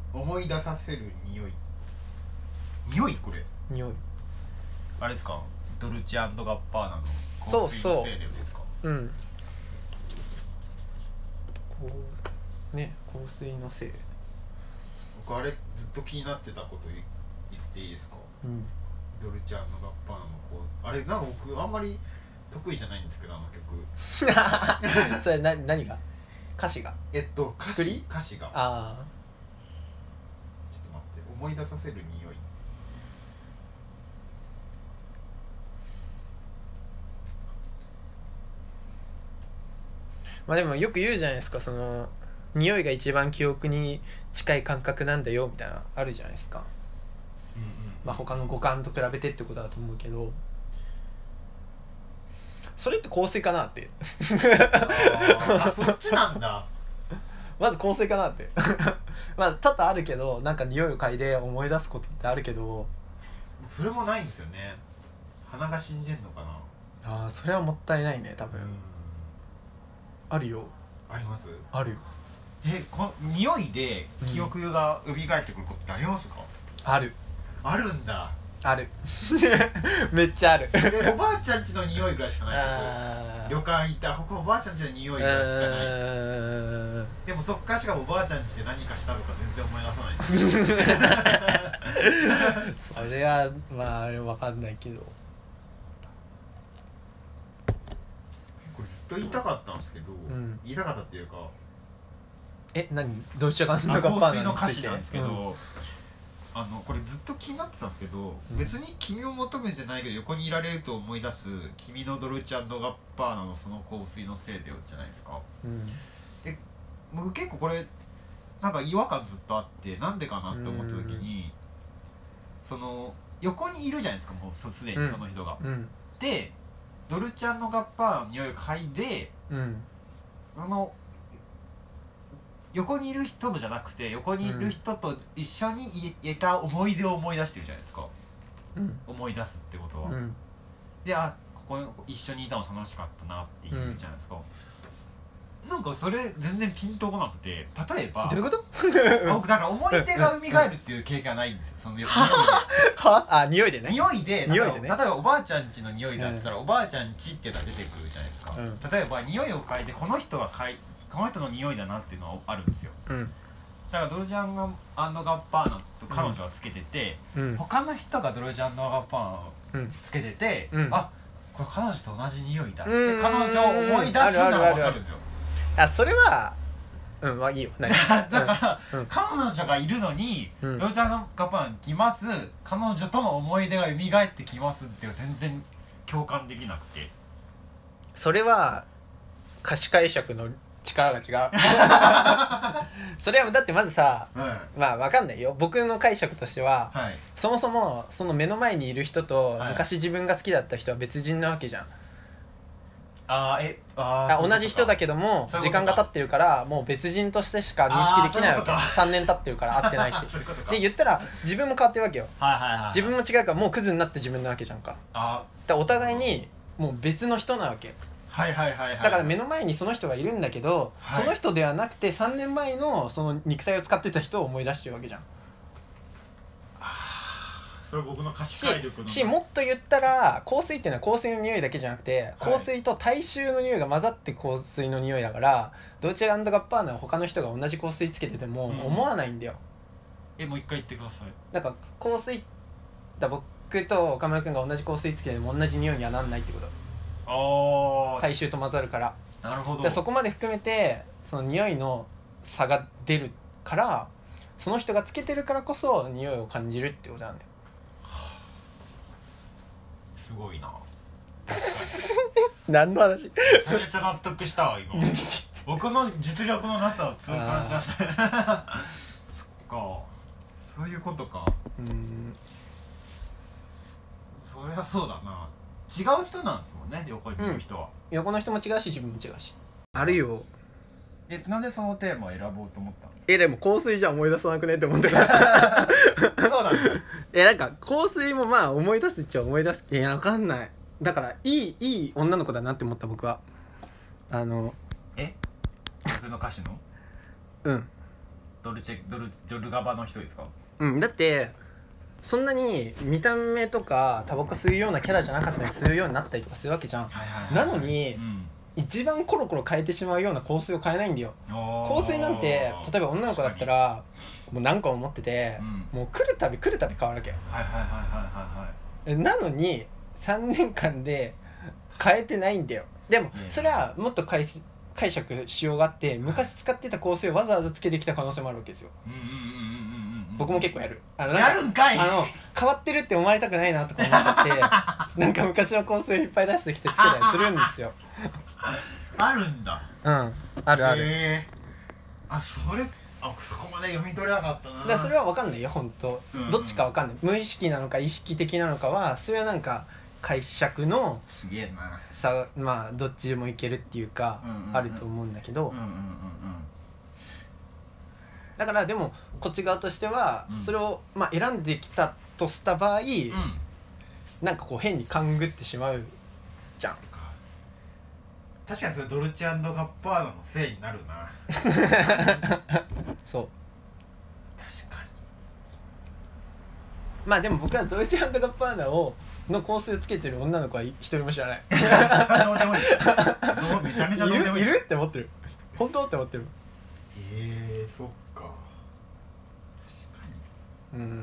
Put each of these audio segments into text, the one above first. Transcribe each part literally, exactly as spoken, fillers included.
思い出させる匂い。匂いこれ匂いあれですか、ドルチェ&ガッパーナのそうそう香水のせいですか。 うんこうね香水のせい。 僕あれずっと気になってたこと言っていいですか。 うんドルチェ&ガッパーナのこうあれなんか僕あんまり得意じゃないんですけど、あの曲それな何が歌詞がえっと歌作り詞歌詞があちょっと待って、思い出させる匂い。 まあでもよく言うじゃないですか、その匂いが一番記憶に近い感覚なんだよみたいなあるじゃないですか。 うんうん、 まあ他の五感と比べてってことだと思うけど、それって香水かなってああそっちなんだまず香水かなってまあ多々あるけど、なんか匂いを嗅いで思い出すことってあるけど、 それもないんですよね。鼻が死んでんのかな。 ああそれはもったいないね多分。あるよ。 あります。 あるよ。 え、この匂いで記憶が蘇ってくることってありますか。 あるあるんだ。 あるめっちゃあるえ、おばあちゃんちの匂いぐらいしかないですよ。 あ旅館行ったここおばあちゃんちの匂いぐらいしかない。でもそっからしかもおばあちゃんちで何かしたとか全然思い出さないですそれはまああれ分かんないけど、 これずっと言いたかったんですけど、 うん、 言いたかったっていうか、 え何どうしようかあ、 な香水の歌詞なんですけど、 うん、 あのこれずっと気になってたんですけど、 うん、別に君を求めてないけど横にいられると思い出す君のドルチェ&ガッパーナのその香水のせいだよじゃないですか。 うん、 で僕結構これなんか違和感ずっとあって、なんでかなって思った時に、その横にいるじゃないですか、もうすでにその人が、 うん、 でドルチェ&ガッパーナの匂いを嗅いで、 うん、 その横にいる人のじゃなくて横にいる人と一緒にいた思い出を思い出してるじゃないですか、うん、思い出すってことは、うん、で、あ、ここ一緒にいたの楽しかったなっていうじゃないですか、うん、なんかそれ全然ピンとこなくて、例えばどういうこと僕だから思い出が蘇るっていう経験はないんですよ、その匂いはあ、匂いでね、 匂いで、 匂いでね、 例えばおばあちゃん家の匂いだったら、うん、おばあちゃん家っていうのが出てくるじゃないですか、うん、例えば匂いを嗅いでこの人が嗅いこの人の匂いだなっていうのはあるんですよ、うん、だからドルチェ&ガッパーナと彼女はつけてて、うん、他の人がドルチェ&ガッパーナをつけてて、うん、あ、これ彼女と同じ匂いだって彼女を思い出すのは分かるんですよ。 あ、それはうん、まあいいよだから、うん、彼女がいるのに、うん、ドルチェ&ガッパーナに来ます、彼女との思い出が蘇ってきますって全然共感できなくて、 それは歌詞解釈の力が違うそれはだってまずさ、うん、まあ分かんないよ、僕の解釈としては、はい、そもそもその目の前にいる人と昔自分が好きだった人は別人なわけじゃん、 はい、あえあ同じ人だけども時間が経ってるからもう別人としてしか認識できないわけ。さんねん経ってるから会ってないしで言ったら自分も変わってるわけよ、はいはいはいはい、自分も違うからもうクズになって自分なわけじゃんか。あだお互いにもう別の人なわけ、はいはいはいはい、だから目の前にその人がいるんだけど、はい、その人ではなくてさんねんまえのその肉体を使ってた人を思い出してるわけじゃん。 それ僕の歌詞解力のし, しもっと言ったら香水っていうのは香水の匂いだけじゃなくて、はい、香水と体臭の匂いが混ざって香水の匂いだから、ドルチェ&ガッパーナは他の人が同じ香水つけてても思わないんだよ、 うん、えもう一回言ってください。 だから香水だ僕と岡村君が同じ香水つけても同じ匂いにはなんないってこと。あ体臭と混ざるから。なるほど。そこまで含めてその匂いの差が出るから、その人がつけてるからこそ匂いを感じるってことなんだよ。 すごいな何の話。めちゃめちゃ納得したわ今僕の実力のなさを痛感しましたそっか、そういうことか。うん、それはそうだな。違う人なんですもんね、横にいる人は、 うん、横の人も違うし自分も違うしあるよ。 え、なんでそのテーマを選ぼうと思ったんですか。 え、でも香水じゃ思い出さなくねって思ってたそうなんだえ、なんか香水もまあ思い出すっちゃ思い出す。いや分かんない。だからいいいい女の子だなって思った僕は。あのえ普通の歌詞のうんドルチェドルドルガバの人ですか？ うんだってそんなに見た目とかタバコ吸うようなキャラじゃなかったり吸うようになったりとかするわけじゃん、はいはいはい、なのに、うん、一番コロコロ変えてしまうような香水を変えないんだよ。香水なんて例えば女の子だったらもう何個も持ってて、うん、もう来るたび来るたび変わるわけよ、はいはいはいはいはい、なのにさんねんかんで変えてないんだよ。でもそれはもっと解解釈しようがあって昔使ってた香水をわざわざつけてきた可能性もあるわけですよ。僕も結構やる。あのなんかやるんかい。 あの変わってるって思われたくないなとか思っちゃってなんか昔の香水をいっぱい出してきてつけたりするんですよ。 あるんだ。 うん、あるある。 へー、あ、それあそこまで読み取れなかったな。 だからそれは分かんないよ本当、うんうん、どっちか分かんない。無意識なのか意識的なのかはそれはなんか解釈のすげえなさ、まあどっちでもいけるっていうか、うんうんうん、あると思うんだけど、うんうんうんうん、だからでもこっち側としては、うん、それを、まあ、選んできたとした場合、うん、なんかこう変に勘ぐってしまうじゃん。 確かにそれドルチェ&ガッパーナのせいになるなそう確かに。 まあでも僕はドルチェ&ガッパーナをの香水をつけてる女の子は一人も知らないどうでもいいめちゃめちゃどうでもいい。 いる、いるって思ってる。本当って思ってる。 えー、そっか。確かに。うん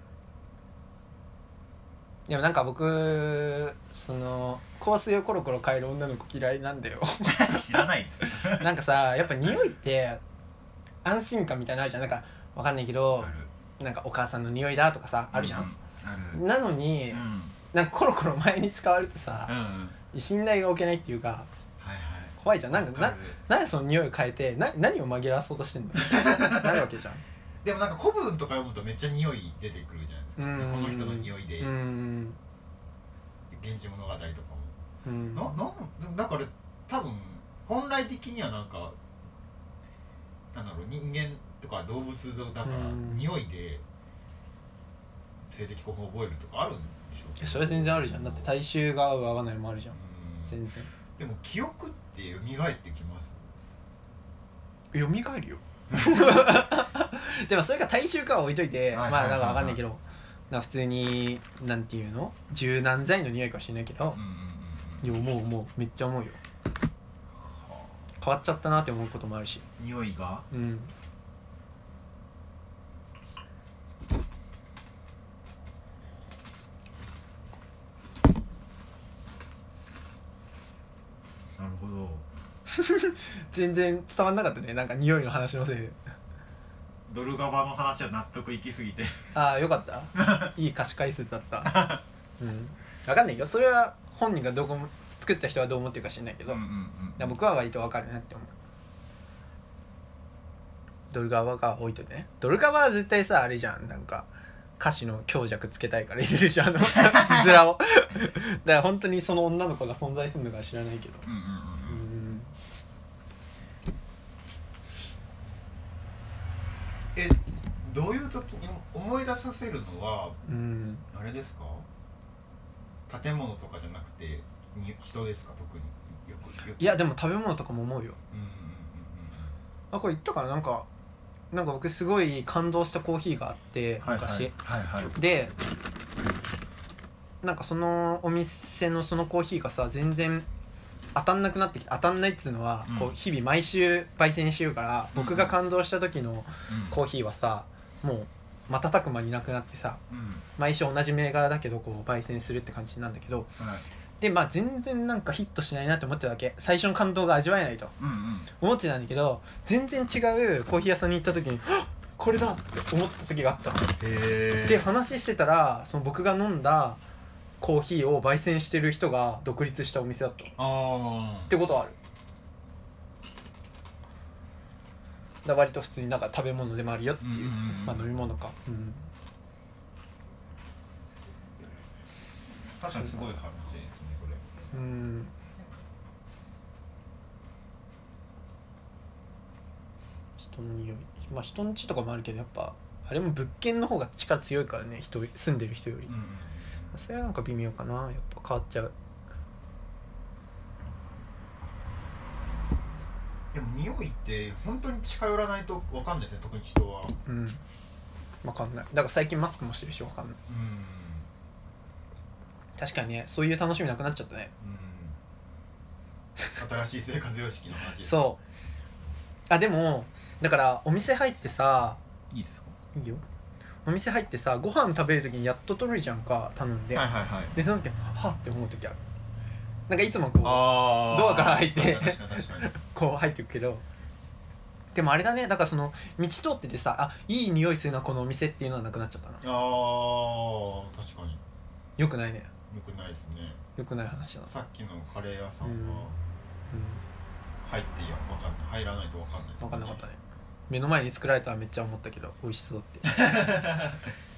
でもなんか僕その香水をコロコロ変える女の子嫌いなんだよ知らないですよなんかさやっぱ匂いって安心感みたいなのあるじゃん。なんかわかんないけどなんかお母さんの匂いだとかさあるじゃん、うん、ある。なのに、うん、なんかコロコロ毎日変わるとさ、うんうん、信頼が置けないっていうか、はいはい、怖いじゃん。なんかななんでその匂い変えてな何を紛らわそうとしてんのなるわけじゃん。 でもなんか古文とか読むとめっちゃ匂い出てくるじゃないですか。この人の匂いで「源氏物語」とかも、うん、ななんだから多分本来的にはなんかなんだろう人間とか動物だから匂いで性的興奮を覚えるとかあるんでしょうけど。 それ全然あるじゃん。だって体臭が合う合わないもあるじゃん。全然。 でも記憶って蘇ってきます？ 蘇るよでもそれが体臭かは置いといて、まあなんか分かんないけどなんか普通になんていうの柔軟剤の匂いかもしれないけど、いや思う思うめっちゃ思うよ。変わっちゃったなって思うこともあるし。 匂いがうんなるほど全然伝わんなかったね。なんか匂いの話のせいでドルガバの話は納得いきすぎてああよかったいい歌詞解説だったうん分かんないよそれは本人がどこも作った人はどう思ってるか知らないけど、うんうんうん、僕は割と分かるなって思う。ドルガバが置いといてね。ドルガバは絶対さあれじゃんなんか歌詞の強弱つけたいから入れるじゃんあの字面をだから本当にその女の子が存在するのか知らないけど、うんうんうんうんえどういう時に思い出させるのは、うん、あれですか建物とかじゃなくてに人ですか特によくよく。 いやでも食べ物とかも思うよ。うんうんうんうん、あこれ言ったかななんかなんか僕すごい感動したコーヒーがあって昔、はいはいはいはい、でなんかそのお店のそのコーヒーがさ全然当たんなくなってきて当たんないっつうのは、うん、こう日々毎週焙煎してるから、うん、僕が感動した時のコーヒーはさ、うん、もう瞬く間になくなってさ、うん、毎週同じ銘柄だけどこう焙煎するって感じなんだけど、はいでまあ全然なんかヒットしないなって思ってただけ。最初の感動が味わえないと、うんうん、思ってたんだけど全然違うコーヒー屋さんに行った時にこれだって思った時があったの。へー。で話してたらその僕が飲んだコーヒーを焙煎してる人が独立したお店だった。あってことはある。だ割と普通になんか食べ物でもあるよっていう、うんうんうん、まあ飲み物か、うん、 確かにすごい話ですねこれ。うん人の匂いまあ人ん家とかもあるけどやっぱあれも物件の方が力強いからね人住んでる人より、うんうん、それはなんか微妙かなやっぱ変わっちゃう。 でも匂いって本当に近寄らないと分かんないですね、特に人は。 うん分かんない。だから最近マスクもしてるし分かんない。 うん確かにね、そういう楽しみなくなっちゃったね。 うん新しい生活様式の話です。 そうあでもだからお店入ってさ、 いいですか？ いいよ。お店入ってさ、ご飯食べる時にやっと取るじゃんか、頼んで、 はいはいはい、 でその時はっって思う時ある。なんかいつもこうドアから入ってこう入っていくけど、でもあれだね、だからその道通っててさ、あいい匂いするなこのお店っていうのはなくなっちゃったな。 あー確かによくないね。 よくないですね。 よくない話だな。 さっきのカレー屋さんは、うんうん、 入っていや分かんない、入らないと分かんない、 分かんなかったね。目の前に作られたらめっちゃ思ったけど美味しそうって